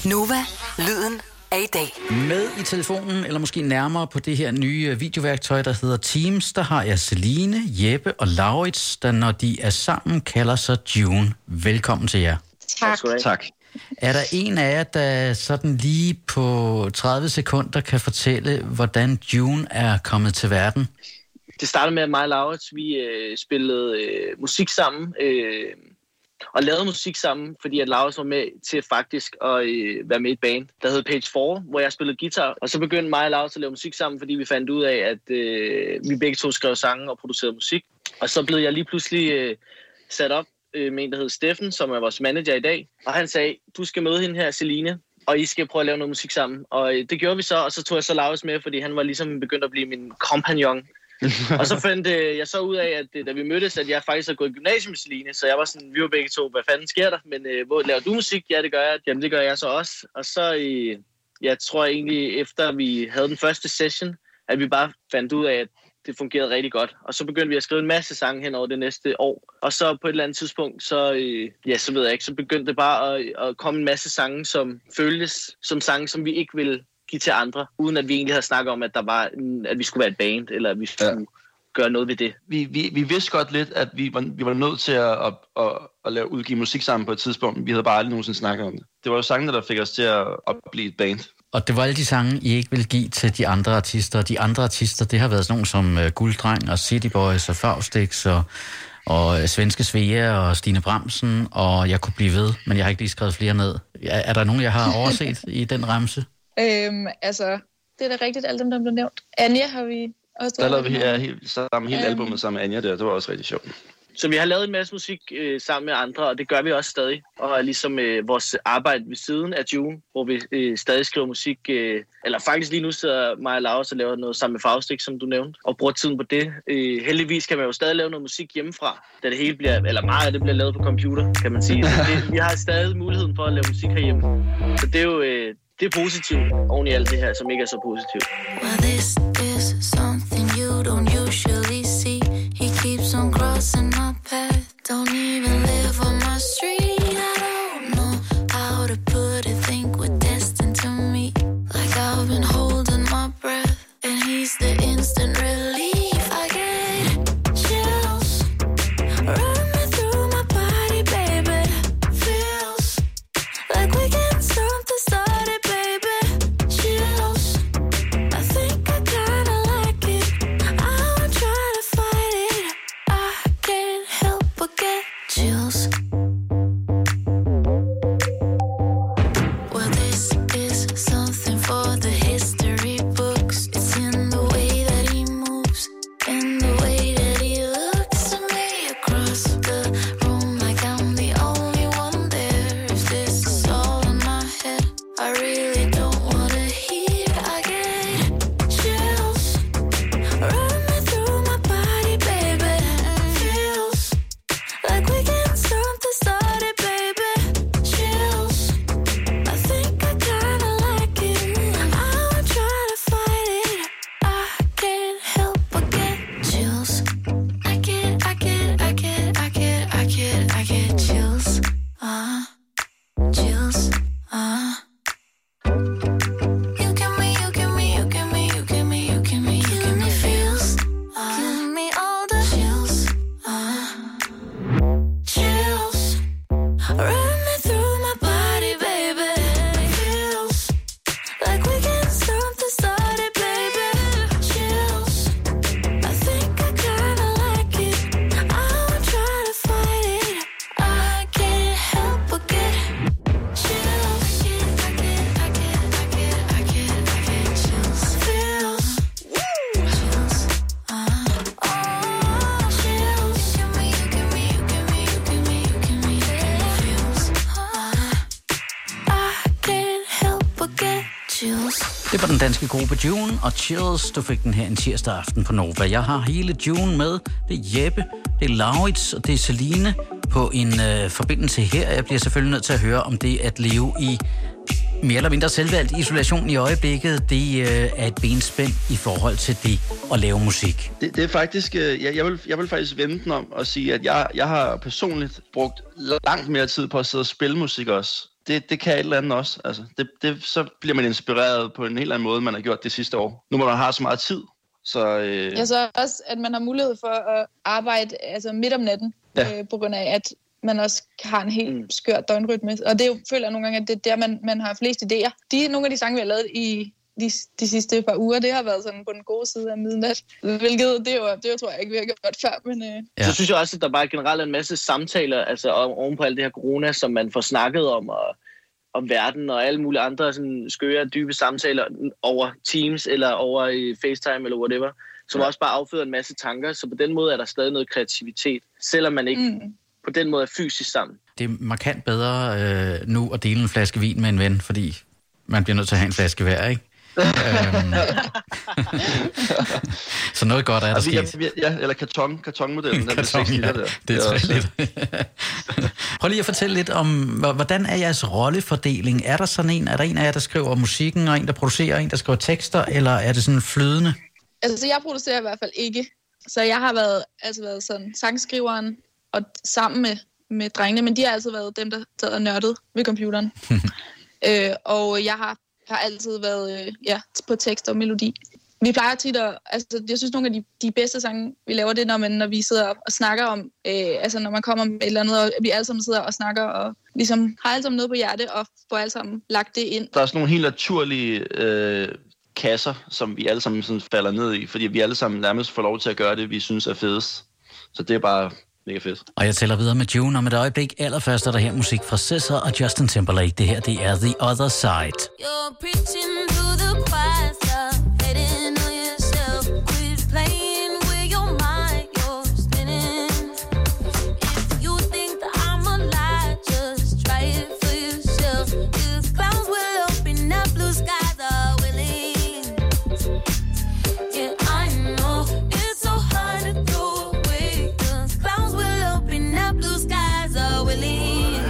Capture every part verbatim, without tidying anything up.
Nova, lyden af i dag. Med i telefonen, eller måske nærmere på det her nye videoværktøj, der hedder Teams, der har jeg Celine, Jeppe og Laurits, der når de er sammen, kalder sig June. Velkommen til jer. Tak. Tak. Er der en af jer, der sådan lige på tredive sekunder kan fortælle, hvordan June er kommet til verden? Det startede med, at mig og Laurits, vi øh, spillede øh, musik sammen, øh, og lavede musik sammen, fordi at Laurits var med til faktisk at øh, være med i et band, der hed Page fire, hvor jeg spillede guitar. Og så begyndte mig og Laurits at lave musik sammen, fordi vi fandt ud af, at øh, vi begge to skrev sange og producerede musik. Og så blev jeg lige pludselig øh, sat op øh, med en, der hed Steffen, som er vores manager i dag. Og han sagde, du skal møde hende her, Celine, og I skal prøve at lave noget musik sammen. Og øh, det gjorde vi så, og så tog jeg så Laurits med, fordi han var ligesom begyndt at blive min kompagnon. Og så fandt øh, jeg så ud af, at øh, da vi mødtes, at jeg faktisk har gået i gymnasium med Celine, så jeg var sådan, vi var begge to, hvad fanden sker der? Men øh, hvor laver du musik? Ja, det gør jeg. Jamen, det gør jeg så også. Og så, øh, jeg tror egentlig, efter vi havde den første session, at vi bare fandt ud af, at det fungerede rigtig godt. Og så begyndte vi at skrive en masse sange hen over det næste år. Og så på et eller andet tidspunkt, så, øh, ja, så ved jeg ikke, så begyndte det bare at, at komme en masse sange, som føltes som sange, som vi ikke ville give til andre, uden at vi egentlig havde snakket om, at der var, at vi skulle være et band, eller at vi skulle ja. gøre noget ved det. Vi, vi, vi vidste godt lidt, at vi var, vi var nødt til at, at, at, at lave, udgive musik sammen på et tidspunkt. Vi havde bare aldrig nogensinde snakket om det. Det var jo sangene, der fik os til at, at blive et band. Og det var alle de sange, I ikke ville give til de andre artister. De andre artister, det har været sådan nogle som uh, Gulddreng og City Boys og Faustix og, og Svenske Svea og Stine Bramsen, og jeg kunne blive ved, men jeg har ikke lige skrevet flere ned. Er, er der nogen, jeg har overset i den remse? Øhm, altså, det er da rigtigt, alle dem, der blev nævnt. Anja har vi også... Der lavede vi her helt, sammen, hele um... albumet sammen med Anja der, det var også rigtig sjovt. Så vi har lavet en masse musik øh, sammen med andre, og det gør vi også stadig. Og ligesom øh, vores arbejde ved siden af June, hvor vi øh, stadig skriver musik, øh, eller faktisk lige nu sidder mig og Laurits og laver noget sammen med Faustix, som du nævnte, og bruger tiden på det. Øh, heldigvis kan man jo stadig lave noget musik hjemmefra, da det hele bliver, eller meget af det bliver lavet på computer, kan man sige. Så det, vi har stadig muligheden for at lave musik herhjemme. Så det er jo... Øh, Det er positivt oven i alt det her, som ikke er så positivt. Well, this is something you don't usually see. He keeps on crossing my path. Don't even live on my street. I don't know how to put it. Think we're destined to meet. Like I've been holding my breath. And he's the instant relief. I get chills running through my body, baby. Feels like we get something started. Det var den danske gruppe June og Chills. Du fik den her en tirsdag aften på Nova. Jeg har hele June med. Det er Jeppe, det er Laurits og det er Celine på en øh, forbindelse her. Jeg bliver selvfølgelig nødt til at høre om det at leve i mere eller mindre selvvalgt isolation i øjeblikket. Det øh, er et benspænd i forhold til det at lave musik. Det, det er faktisk, øh, jeg, jeg, vil, jeg vil faktisk vende den om og sige, at jeg, jeg har personligt brugt langt mere tid på at sidde og spille musik også. det, det kan et eller andet også. Altså, det, det, så bliver man inspireret på en helt anden måde, man har gjort det sidste år. Nu må man have så meget tid. Så, øh... Ja, så også, at man har mulighed for at arbejde altså midt om natten, ja. øh, på grund af, at man også har en helt skør døgnrytme. Og det er jo, føler jeg nogle gange, at det er der, man, man har flest idéer. De, nogle af de sange, vi har lavet i de, de sidste par uger, det har været sådan på den gode side af midnat. Hvilket, det, jo, det jo, tror jeg ikke, vi har gjort før. Men, øh... ja. Så synes jeg også, at der bare generelt er en masse samtaler altså oven på alt det her corona, som man får snakket om, og om verden og alle mulige andre sådan skøre, dybe samtaler over Teams eller over i FaceTime eller whatever, som ja. også bare afføder en masse tanker. Så på den måde er der stadig noget kreativitet, selvom man ikke mm. på den måde er fysisk sammen. Det er markant bedre øh, nu at dele en flaske vin med en ven, fordi man bliver nødt til at have en flaske hver, ikke? øhm. Så noget godt er der sket. Ja, eller karton, kartonmodellen. Karton, ja, der. Det er træligt. Prøv lige at fortælle lidt om, hvordan er jeres rollefordeling? Er der sådan en, er der en af jer, der skriver musikken, og en, der producerer, en, der skriver tekster, eller er det sådan flydende? Altså, jeg producerer i hvert fald ikke. Så jeg har været, altså været sådan sangskriveren, og sammen med, med drengene, men de har altid været dem, der sad og nørdede ved computeren. øh, og jeg har har altid været øh, ja, på tekst og melodi. Vi plejer tit at, altså jeg synes nogle af de, de bedste sange, vi laver det, når, man, når vi sidder og snakker om, øh, altså når man kommer med et eller andet, og vi alle sammen sidder og snakker, og ligesom har alle sammen noget på hjerte, og får alle sammen lagt det ind. Der er sådan nogle helt naturlige øh, kasser, som vi alle sammen sådan falder ned i, fordi vi alle sammen nærmest får lov til at gøre det, vi synes er fedest. Så det er bare mega fedt. Og jeg tæller videre med June om et øjeblik. Allerførst er der her musik fra S Z A og Justin Timberlake. Det her, det er The Other Side. You're preaching to the choir, stop betting on yourself. Quit playing with your mind, you're spinning. If you think that I'm a lie, just try it for yourself. If clouds will open up, blue skies are willing. Yeah, I know it's so hard to throw away. Cause clouds will open up, blue skies are willing.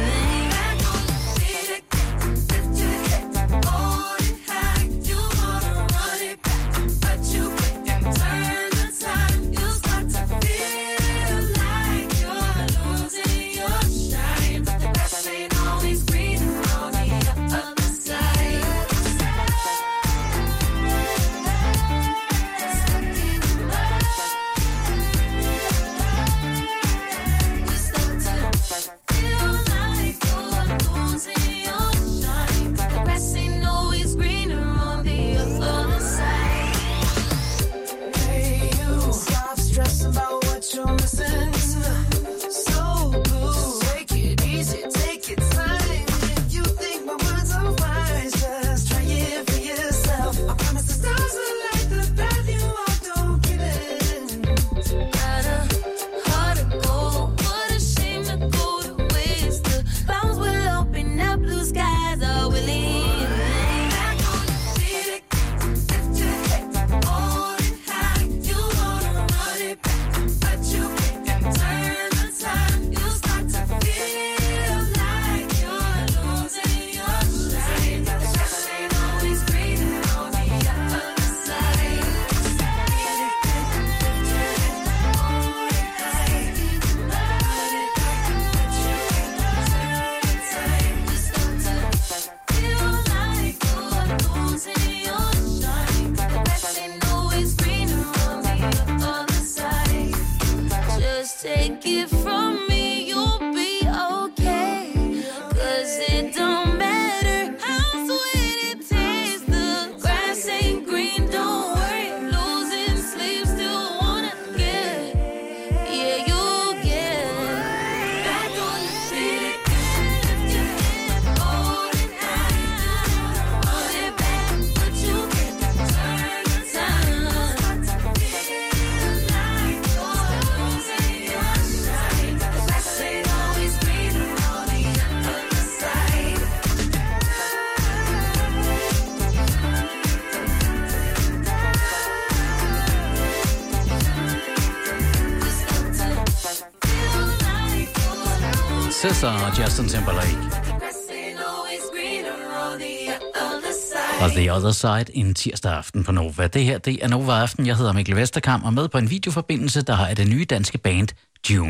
S Z A og Justin Timberlake. Og The Other Side en tirsdag aften på Nova. Det her, det er Nova Aften. Jeg hedder Mikkel Vesterkamp, og med på en videoforbindelse, der har jeg det nye danske band June.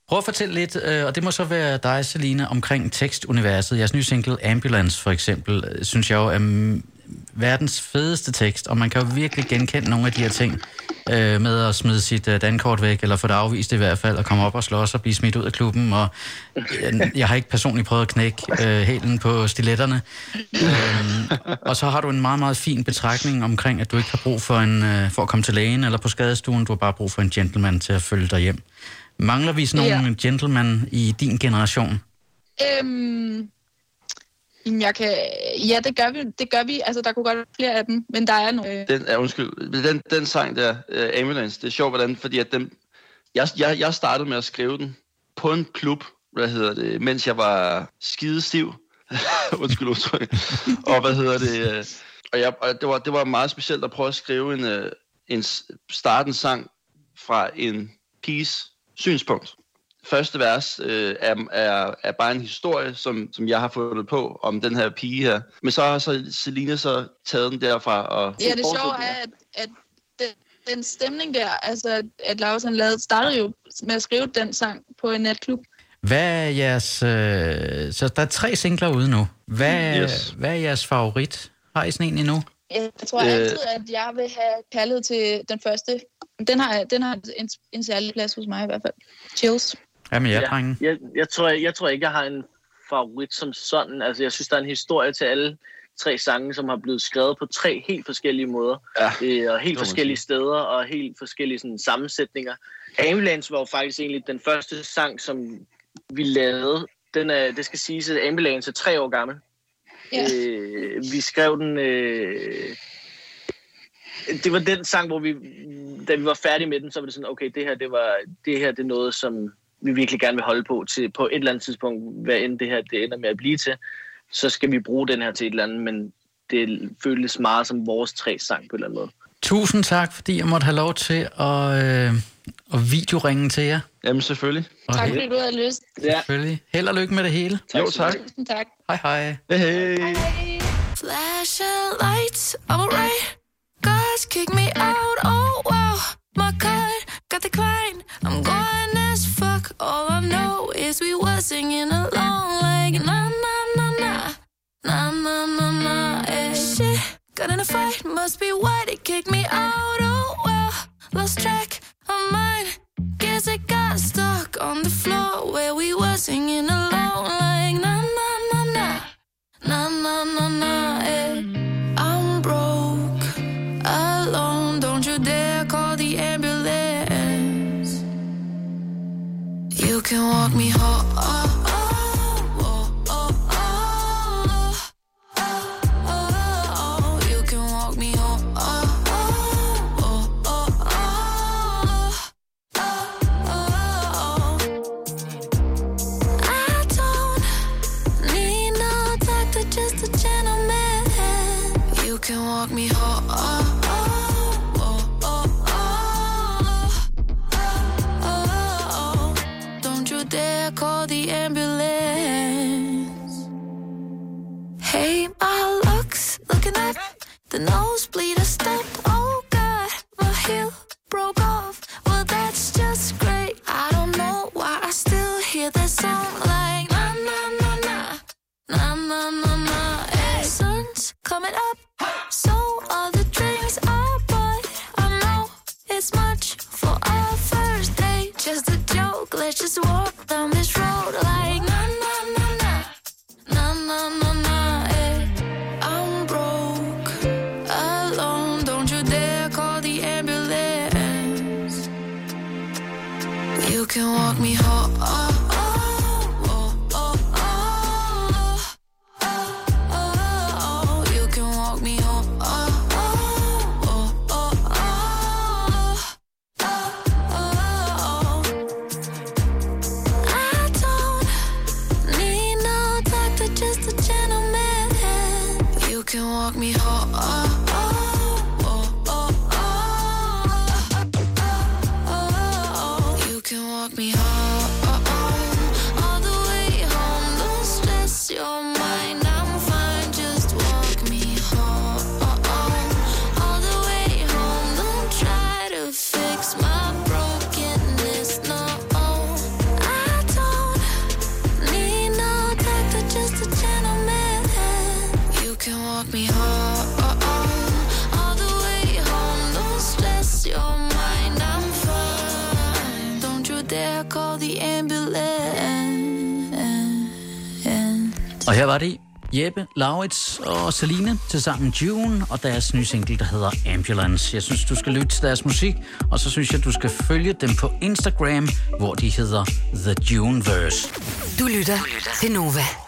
Prøv at fortælle lidt, øh, og det må så være dig, Celine, omkring tekstuniverset. Jeres nye single, Ambulance for eksempel, synes jeg jo er mm, verdens fedeste tekst, og man kan jo virkelig genkende nogle af de her ting øh, med at smide sit øh, dankort væk, eller få det afvist i hvert fald, og komme op og slås og blive smidt ud af klubben. Og jeg, jeg har ikke personligt prøvet at knække øh, hælen på stiletterne. Øh, og så har du en meget, meget fin betragtning omkring, at du ikke har brug for, en, øh, for at komme til lægen eller på skadestuen. Du har bare brug for en gentleman til at følge dig hjem. Mangler vi sådan nogle ja. gentleman i din generation? Øhm, jeg kan, ja, det gør vi. Det gør vi. Altså, der kunne godt være flere af dem, men der er nogle. Den er undskyld. Den, den sang der, uh, Ambulance, det er sjovt, hvordan, fordi at den, jeg, jeg, jeg startede med at skrive den på en klub, hvad hedder det, mens jeg var skidestiv. undskyld udtryk. og hvad hedder det? Uh, og, jeg, og det var det var meget specielt at prøve at skrive en uh, en starte en sang fra en piges synspunkt. Første vers øh, er, er, er bare en historie, som, som jeg har fundet på om den her pige her. Men så har så Celine så taget den derfra. Og ja, det sjove er, at, at den, den stemning der, altså at Lausen lavede, startede jo med at skrive den sang på en natklub. Hvad er jeres... Øh, så der er tre singler ude nu. Hvad, yes. hvad er jeres favorit? Har I sådan en endnu? Jeg tror altid, at jeg vil have kærlighed til den første. Den har, den har en, en særlig plads hos mig i hvert fald. Chills. Hvad med jer, ja, drenge? Jeg, jeg, tror, jeg, jeg tror ikke, jeg har en favorit som sådan. Altså, jeg synes, der er en historie til alle tre sange, som har blevet skrevet på tre helt forskellige måder. Ja, øh, og helt forskellige steder, og helt forskellige sådan, sammensætninger. Ambulance var jo faktisk egentlig den første sang, som vi lavede. Den er, det skal siges, at Ambulance er tre år gammel. Yeah. Øh, vi skrev den... Øh, det var den sang, hvor vi, da vi var færdige med den, så var det sådan, okay, det her, det var, det her, det er noget, som vi virkelig gerne vil holde på til på et eller andet tidspunkt, hvad end det her, det ender med at blive til, så skal vi bruge den her til et eller andet, men det føles meget som vores tre sang på en eller anden måde. Tusind tak, fordi jeg måtte have lov til at, øh, at videoringe til jer. Jamen, selvfølgelig. Og tak, fordi du havde lyst. Selvfølgelig. Held og lykke med det hele. Tak. Jo, tak. Tusind tak. Hej, hej. Hey, hey. Flashing lights, alright. Guys kick me out, oh wow. My card got declined. I'm going as fuck. All I know is we were singing along like na na na na na na na na. Eh. Shit, got in a fight, must be why they kicked me out. Oh well, lost track of mine. Guess I got stuck on the floor where we were singing along like na na na na na na na na. Eh. I'm broke, alone. Don't you dare call the ambulance. You can walk me home. Oh, oh, oh, oh, oh, oh. You can walk me home. Oh, oh, oh, oh, oh, oh. I don't need no doctor, just a gentleman. You can walk me home. Oh, oh, oh, oh, oh. Don't you dare call the ambulance. Hey, my looks looking up. The nosebleed has stopped. Oh God, my heel broke off. Well, that's just great. I don't know why I still hear that song like na na na na na na na na. Hey, sun's coming up, so all the drinks I bought. I know it's much for our first date. Just a joke. Let's just walk down this road like na na na na na na na na. Hey, I'm broke, alone. Don't you dare call the ambulance. You can walk me home. Oh, oh, oh, oh, oh, oh. You can walk me home. Oh, oh, oh, oh, oh, oh. I don't need no doctor, just a gentleman. You can walk me home. Oh, oh, oh, oh, oh. You can walk me home. All the way home. Don't stress your mind. I'm fine. Just walk me home. All the way home. Don't try to fix my brokenness. No, I You can walk me home, all the way home. Don't stress your mind, I'm fine. Don't you dare call the ambulance. Og her var det Jeppe, Lauritz og Celine til sammen June og deres nye single, der hedder Ambulance. Jeg synes, du skal lytte til deres musik, og så synes jeg, du skal følge dem på Instagram, hvor de hedder The Juneverse. Du lytter til Nova.